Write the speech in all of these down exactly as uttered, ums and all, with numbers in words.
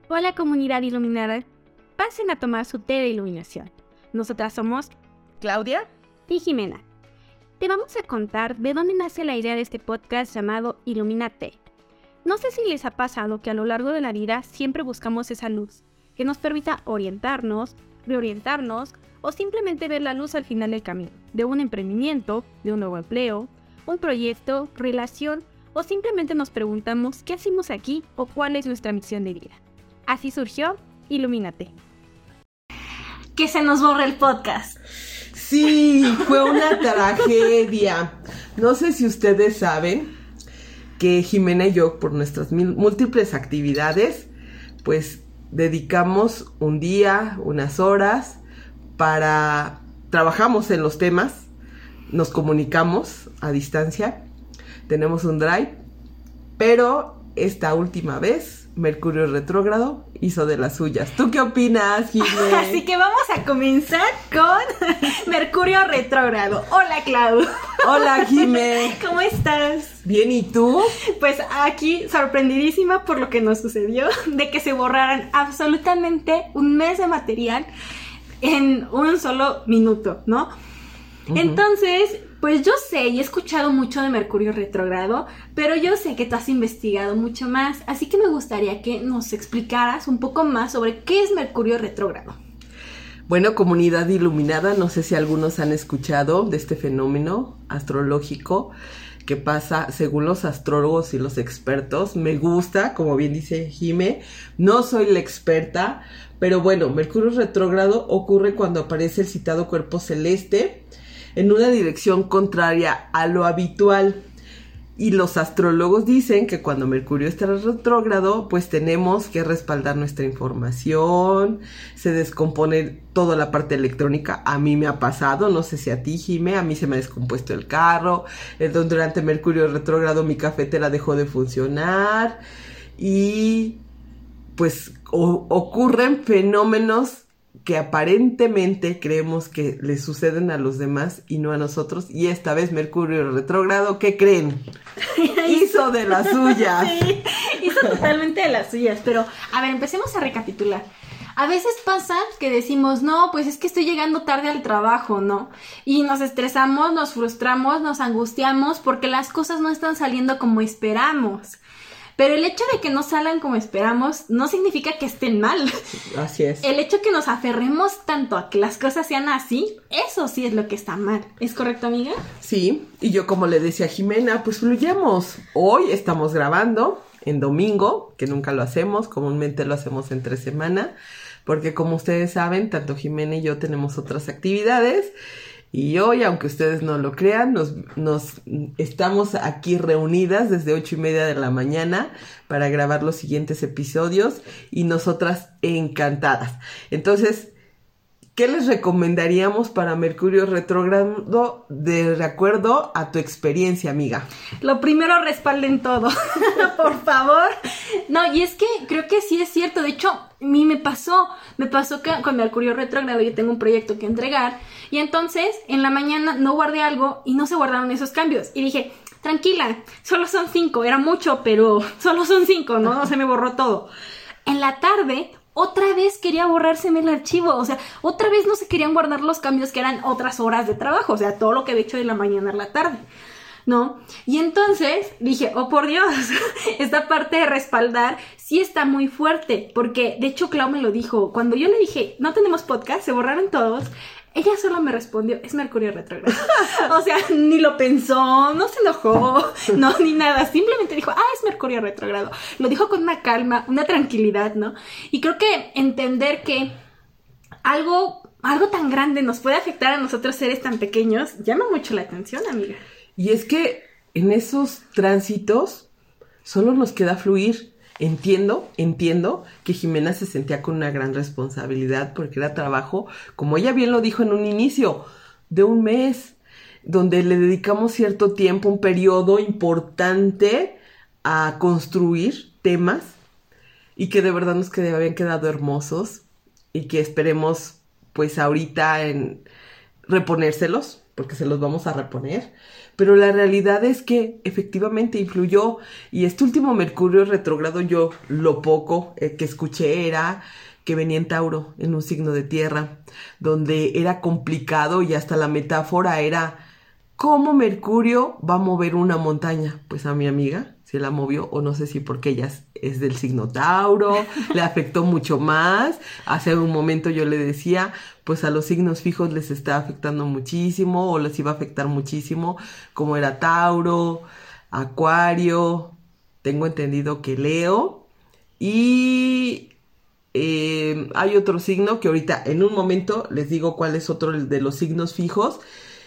Hola comunidad iluminada, pasen a tomar su té de iluminación. Nosotras somos Claudia y Jimena. Te vamos a contar de dónde nace la idea de este podcast llamado Ilumínate. No sé si les ha pasado que a lo largo de la vida siempre buscamos esa luz, que nos permita orientarnos, reorientarnos o simplemente ver la luz al final del camino, de un emprendimiento, de un nuevo empleo, un proyecto, relación o simplemente nos preguntamos qué hacemos aquí o cuál es nuestra misión de vida. Así surgió Ilumínate. Que se nos borre el podcast. Sí, fue una tragedia. No sé si ustedes saben que Jimena y yo, por nuestras mil, múltiples actividades, pues dedicamos un día, unas horas para... Trabajamos en los temas, nos comunicamos a distancia, tenemos un drive, pero esta última vez Mercurio retrógrado hizo de las suyas. ¿Tú qué opinas, Jimena? Así que vamos a comenzar con Mercurio retrógrado. Hola, Clau. Hola, Jimena. ¿Cómo estás? Bien, ¿y tú? Pues aquí sorprendidísima por lo que nos sucedió, de que se borraran absolutamente un mes de material en un solo minuto, ¿no? Uh-huh. Entonces, pues yo sé y he escuchado mucho de Mercurio retrógrado, pero yo sé que tú has investigado mucho más, así que me gustaría que nos explicaras un poco más sobre qué es Mercurio retrógrado. Bueno, comunidad iluminada, no sé si algunos han escuchado de este fenómeno astrológico que pasa según los astrólogos y los expertos. Me gusta, como bien dice Jime, no soy la experta, pero bueno, Mercurio retrógrado ocurre cuando aparece el citado cuerpo celeste en una dirección contraria a lo habitual. Y los astrólogos dicen que cuando Mercurio está retrógrado, pues tenemos que respaldar nuestra información, se descompone toda la parte electrónica. A mí me ha pasado, no sé si a ti, Jime, a mí se me ha descompuesto el carro, entonces durante Mercurio retrógrado mi cafetera dejó de funcionar y pues o- ocurren fenómenos que aparentemente creemos que le suceden a los demás y no a nosotros. Y esta vez Mercurio retrógrado, ¿qué creen? Hizo de las suyas. Sí, hizo totalmente de las suyas. Pero, a ver, empecemos a recapitular. A veces pasa que decimos, no, pues es que estoy llegando tarde al trabajo, ¿no? Y nos estresamos, nos frustramos, nos angustiamos porque las cosas no están saliendo como esperamos. Pero el hecho de que no salgan como esperamos no significa que estén mal. Así es. El hecho de que nos aferremos tanto a que las cosas sean así, eso sí es lo que está mal. ¿Es correcto, amiga? Sí, y yo como le decía a Jimena, pues fluyamos. Hoy estamos grabando en domingo, que nunca lo hacemos, comúnmente lo hacemos entre semana, porque como ustedes saben, tanto Jimena y yo tenemos otras actividades. Y hoy, aunque ustedes no lo crean, nos, nos estamos aquí reunidas desde ocho y media de la mañana para grabar los siguientes episodios y nosotras encantadas. Entonces, ¿qué les recomendaríamos para Mercurio retrógrado de acuerdo a tu experiencia, amiga? Lo primero, respalden todo, por favor. No, y es que creo que sí es cierto. De hecho, a mí me pasó, me pasó que con Mercurio retrógrado yo tengo un proyecto que entregar y entonces en la mañana no guardé algo y no se guardaron esos cambios. Y dije, tranquila, solo son cinco, era mucho, pero solo son cinco, ¿no? No se me borró todo. En la tarde... otra vez quería borrárseme el archivo, o sea, otra vez no se querían guardar los cambios que eran otras horas de trabajo, o sea, todo lo que había hecho de la mañana a la tarde, ¿no? Y entonces dije, oh por Dios, esta parte de respaldar sí está muy fuerte, porque de hecho Clau me lo dijo, cuando yo le dije, no tenemos podcast, se borraron todos, ella solo me respondió, es Mercurio retrógrado. O sea, ni lo pensó, no se enojó, no, ni nada. Simplemente dijo, ah, es Mercurio retrógrado. Lo dijo con una calma, una tranquilidad, ¿no? Y creo que entender que algo, algo tan grande nos puede afectar a nosotros seres tan pequeños, llama mucho la atención, amiga. Y es que en esos tránsitos solo nos queda fluir. Entiendo, entiendo que Jimena se sentía con una gran responsabilidad porque era trabajo, como ella bien lo dijo en un inicio, de un mes, donde le dedicamos cierto tiempo, un periodo importante a construir temas y que de verdad nos qued- habían quedado hermosos y que esperemos pues ahorita en reponérselos, porque se los vamos a reponer. pero la realidad es que efectivamente influyó, y este último Mercurio retrógrado, yo lo poco eh, que escuché era que venía en Tauro, en un signo de tierra, donde era complicado y hasta la metáfora era ¿cómo Mercurio va a mover una montaña? Pues a mi amiga se la movió, o no sé si porque ella es, es del signo Tauro, le afectó mucho más. Hace un momento yo le decía, pues a los signos fijos les está afectando muchísimo, o les iba a afectar muchísimo, como era Tauro, Acuario, tengo entendido que Leo, y eh, hay otro signo que ahorita en un momento les digo cuál es otro de los signos fijos.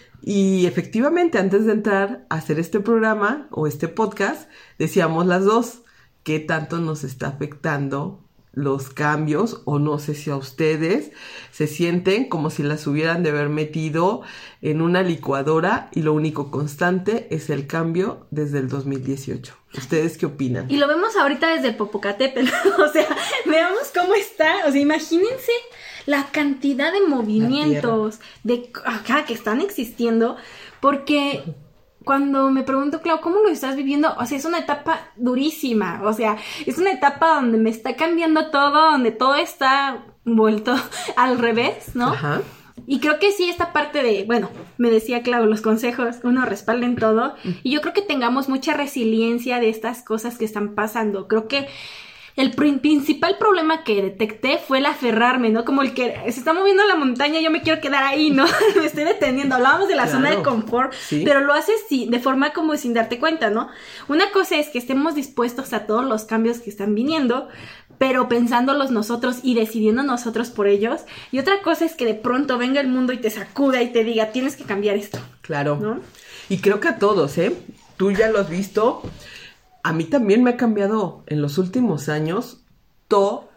Y efectivamente, antes de entrar a hacer este programa o este podcast, decíamos las dos, ¿qué tanto nos está afectando los cambios? O no sé si a ustedes se sienten como si las hubieran de haber metido en una licuadora y lo único constante es el cambio desde el dos mil dieciocho. ¿Ustedes qué opinan? Y lo vemos ahorita desde el Popocatépetl, o sea, veamos cómo está, o sea, imagínense la cantidad de movimientos de acá que están existiendo, porque cuando me pregunto, Clau, ¿cómo lo estás viviendo? O sea, es una etapa durísima, o sea, es una etapa donde me está cambiando todo, donde todo está vuelto al revés, ¿no? Ajá. Y creo que sí, esta parte de, bueno, me decía Clau, los consejos, uno respalden todo, y yo creo que tengamos mucha resiliencia de estas cosas que están pasando. Creo que el pr- principal problema que detecté fue el aferrarme, ¿no? Como el que se está moviendo la montaña, yo me quiero quedar ahí, ¿no? Me estoy deteniendo. Hablábamos de la Claro. zona de confort, Sí. pero lo haces sí, de forma como sin darte cuenta, ¿no? Una cosa es que estemos dispuestos a todos los cambios que están viniendo, pero pensándolos nosotros y decidiendo nosotros por ellos. Y otra cosa es que de pronto venga el mundo y te sacuda y te diga, tienes que cambiar esto. Claro. ¿No? Y creo que a todos, ¿eh? Tú ya lo has visto. A mí también me ha cambiado en los últimos años todo.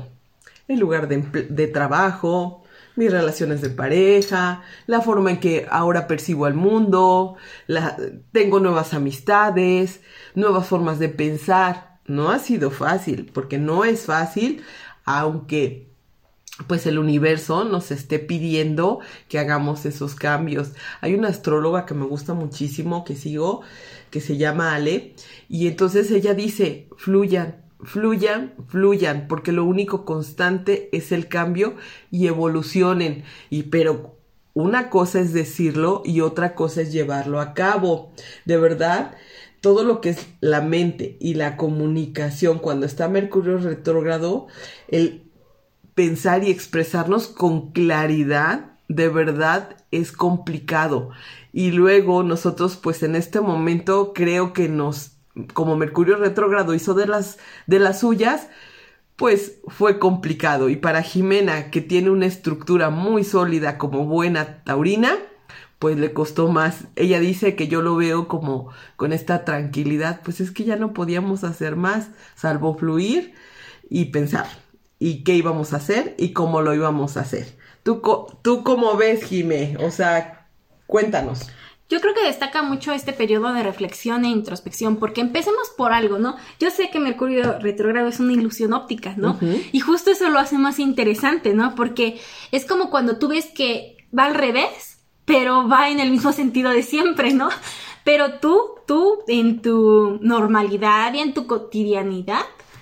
El lugar de, empl- de trabajo, mis relaciones de pareja, la forma en que ahora percibo al mundo, la, tengo nuevas amistades, nuevas formas de pensar. No ha sido fácil, porque no es fácil, aunque pues el universo nos esté pidiendo que hagamos esos cambios. Hay una astróloga que me gusta muchísimo, que sigo, que se llama Ale, y entonces ella dice, fluyan, fluyan, fluyan, porque lo único constante es el cambio y evolucionen. Y pero una cosa es decirlo y otra cosa es llevarlo a cabo. De verdad, todo lo que es la mente y la comunicación, cuando está Mercurio retrógrado, el pensar y expresarnos con claridad, de verdad es complicado. Y luego nosotros, pues en este momento, creo que nos, como Mercurio retrógrado hizo de las, de las suyas, pues fue complicado. Y para Jimena, que tiene una estructura muy sólida como buena taurina, pues le costó más. Ella dice que yo lo veo como con esta tranquilidad, pues es que ya no podíamos hacer más, salvo fluir y pensar. Y qué íbamos a hacer y cómo lo íbamos a hacer. ¿Tú, tú cómo ves, Jimé? O sea, cuéntanos. Yo creo que destaca mucho este periodo de reflexión e introspección, porque empecemos por algo, ¿no? Yo sé que Mercurio retrógrado es una ilusión óptica, ¿no? Uh-huh. Y justo eso lo hace más interesante, ¿no? Porque es como cuando tú ves que va al revés, pero va en el mismo sentido de siempre, ¿no? Pero tú, tú, en tu normalidad y en tu cotidianidad,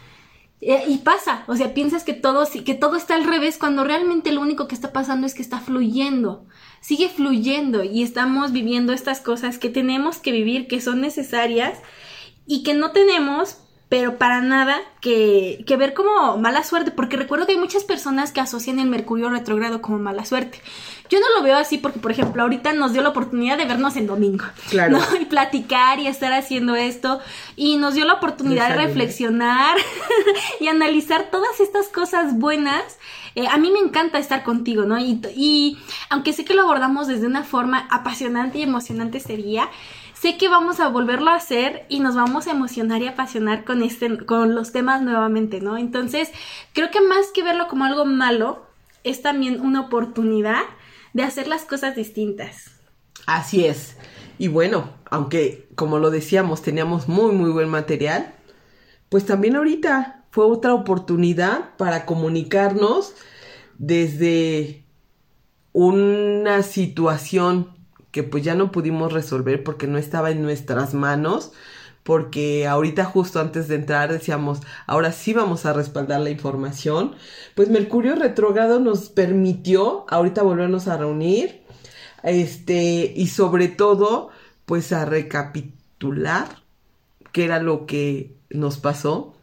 eh, y pasa, o sea, piensas que todo, que todo está al revés, cuando realmente lo único que está pasando es que está fluyendo. Sigue fluyendo y estamos viviendo estas cosas que tenemos que vivir, que son necesarias y que no tenemos, pero para nada que, que ver como mala suerte, porque recuerdo que hay muchas personas que asocian el Mercurio retrógrado como mala suerte. Yo no lo veo así porque, por ejemplo, ahorita nos dio la oportunidad de vernos en domingo, claro, ¿no? Y platicar y estar haciendo esto, y nos dio la oportunidad de reflexionar y analizar todas estas cosas buenas. Eh, a mí me encanta estar contigo, ¿no? Y, y aunque sé que lo abordamos desde una forma apasionante y emocionante este día, sé que vamos a volverlo a hacer y nos vamos a emocionar y apasionar con, este, con los temas nuevamente, ¿no? Entonces, creo que más que verlo como algo malo, es también una oportunidad de hacer las cosas distintas. Así es. Y bueno, aunque, como lo decíamos, teníamos muy, muy buen material, pues también ahorita fue otra oportunidad para comunicarnos desde una situación que pues ya no pudimos resolver porque no estaba en nuestras manos, porque ahorita justo antes de entrar decíamos, ahora sí vamos a respaldar la información, pues Mercurio retrógrado nos permitió ahorita volvernos a reunir, este, y sobre todo, pues a recapitular qué era lo que nos pasó.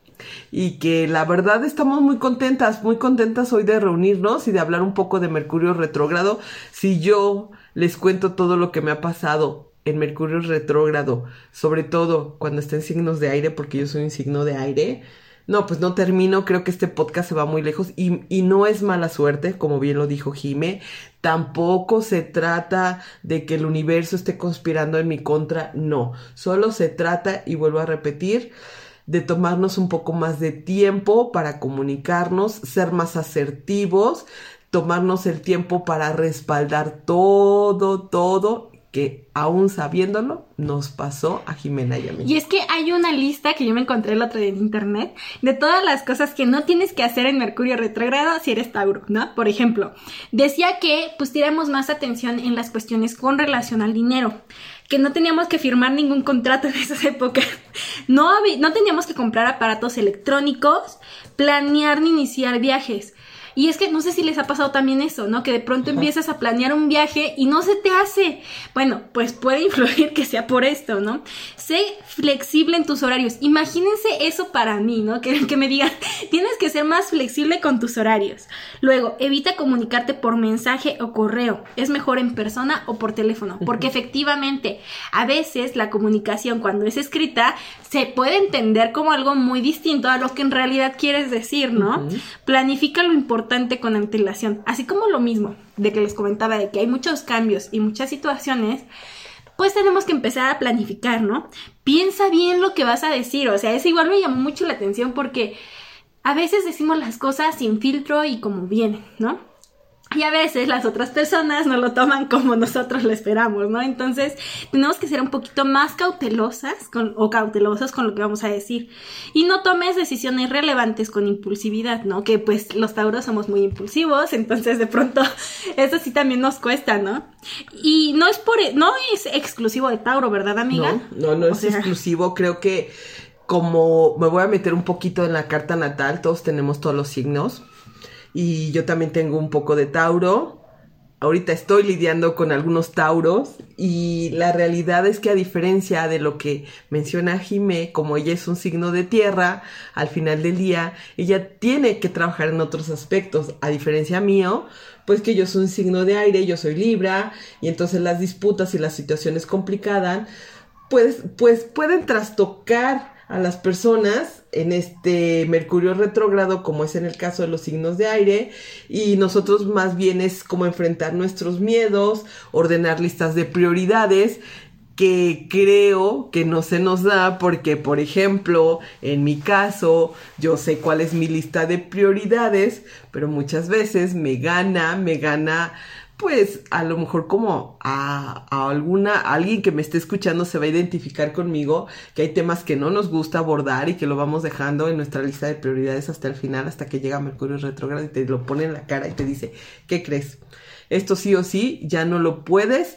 Y que la verdad estamos muy contentas, muy contentas hoy de reunirnos y de hablar un poco de Mercurio retrógrado. Si yo les cuento todo lo que me ha pasado en Mercurio retrógrado, sobre todo cuando está en signos de aire, porque yo soy un signo de aire, no, pues no termino, creo que este podcast se va muy lejos y, y no es mala suerte, como bien lo dijo Jime, tampoco se trata de que el universo esté conspirando en mi contra, no, solo se trata, y vuelvo a repetir, de tomarnos un poco más de tiempo para comunicarnos, ser más asertivos, tomarnos el tiempo para respaldar todo, todo que aún sabiéndolo nos pasó a Jimena y a mí. Y es que hay una lista que yo me encontré el otro día en internet de todas las cosas que no tienes que hacer en Mercurio retrógrado si eres Tauro, ¿no? Por ejemplo, decía que pusiéramos más atención en las cuestiones con relación al dinero, que no teníamos que firmar ningún contrato en esas épocas, no, había, no teníamos que comprar aparatos electrónicos, planear ni iniciar viajes. Y es que no sé si les ha pasado también eso, ¿no? Que de pronto Ajá. empiezas a planear un viaje y no se te hace. Bueno, pues puede influir que sea por esto, ¿no? Sé flexible en tus horarios. Imagínense eso para mí, ¿no? Que, que me digan, tienes que ser más flexible con tus horarios. Luego, evita comunicarte por mensaje o correo. Es mejor en persona o por teléfono. Porque efectivamente, a veces la comunicación cuando es escrita se puede entender como algo muy distinto a lo que en realidad quieres decir, ¿no? Uh-huh. Planifica lo importante con antelación, así como lo mismo de que les comentaba de que hay muchos cambios y muchas situaciones, pues tenemos que empezar a planificar, ¿no? Piensa bien lo que vas a decir, o sea, eso igual me llamó mucho la atención porque a veces decimos las cosas sin filtro y como vienen, ¿no? Y a veces las otras personas no lo toman como nosotros lo esperamos, ¿no? Entonces, tenemos que ser un poquito más cautelosas con, o cautelosos con lo que vamos a decir. Y no tomes decisiones relevantes con impulsividad, ¿no? Que pues los tauros somos muy impulsivos, entonces de pronto eso sí también nos cuesta, ¿no? Y no es por, no es exclusivo de Tauro, ¿verdad, amiga? No, no, no es o sea... exclusivo, creo que como me voy a meter un poquito en la carta natal, todos tenemos todos los signos. Y yo también tengo un poco de Tauro. Ahorita estoy lidiando con algunos Tauros. Y la realidad es que a diferencia de lo que menciona Jimé, como ella es un signo de tierra, al final del día, ella tiene que trabajar en otros aspectos. A diferencia mío, pues que yo soy un signo de aire, yo soy Libra. Y entonces las disputas y las situaciones complicadas, pues, pues pueden trastocar a las personas en este Mercurio retrógrado, como es en el caso de los signos de aire, y nosotros más bien es como enfrentar nuestros miedos, ordenar listas de prioridades, que creo que no se nos da porque, por ejemplo, en mi caso, yo sé cuál es mi lista de prioridades, pero muchas veces me gana, me gana... pues a lo mejor como a, a alguna, a alguien que me esté escuchando se va a identificar conmigo, que hay temas que no nos gusta abordar y que lo vamos dejando en nuestra lista de prioridades hasta el final, hasta que llega Mercurio retrógrado y te lo pone en la cara y te dice, ¿qué crees? Esto sí o sí ya no lo puedes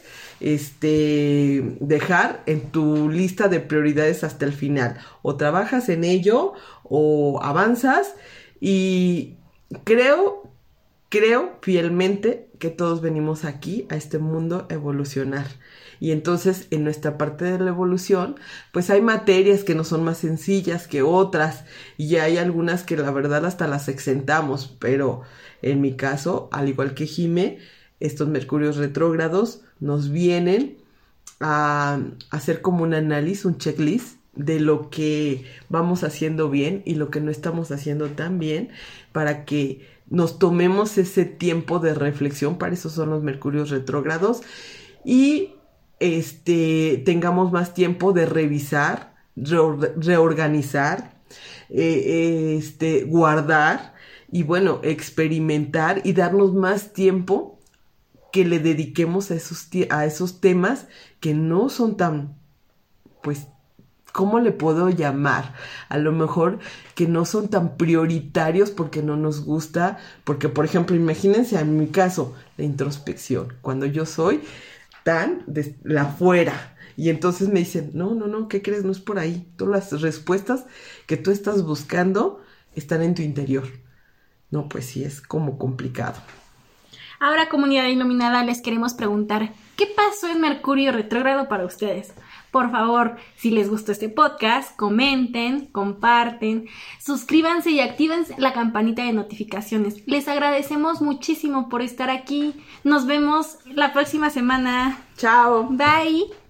este, dejar en tu lista de prioridades hasta el final. O trabajas en ello o avanzas y creo, creo fielmente que todos venimos aquí a este mundo a evolucionar. Y entonces en nuestra parte de la evolución, pues hay materias que no son más sencillas que otras y hay algunas que la verdad hasta las exentamos, pero en mi caso, al igual que Jime, estos mercurios retrógrados nos vienen a hacer como un análisis, un checklist de lo que vamos haciendo bien y lo que no estamos haciendo tan bien para que nos tomemos ese tiempo de reflexión, para eso son los mercurios retrógrados, y este, tengamos más tiempo de revisar, re- reorganizar, eh, este, guardar y bueno, experimentar y darnos más tiempo que le dediquemos a esos, a esos temas que no son tan, pues, ¿cómo le puedo llamar? A lo mejor que no son tan prioritarios porque no nos gusta, porque por ejemplo, imagínense en mi caso, la introspección, cuando yo soy están de la afuera. Y entonces me dicen, no, no, no, ¿qué crees? No es por ahí. Todas las respuestas que tú estás buscando están en tu interior. No, pues sí, es como complicado. Ahora, comunidad iluminada, les queremos preguntar, ¿qué pasó en Mercurio retrógrado para ustedes? Por favor, si les gustó este podcast, comenten, comparten, suscríbanse y activen la campanita de notificaciones. Les agradecemos muchísimo por estar aquí. Nos vemos la próxima semana. Chao. Bye.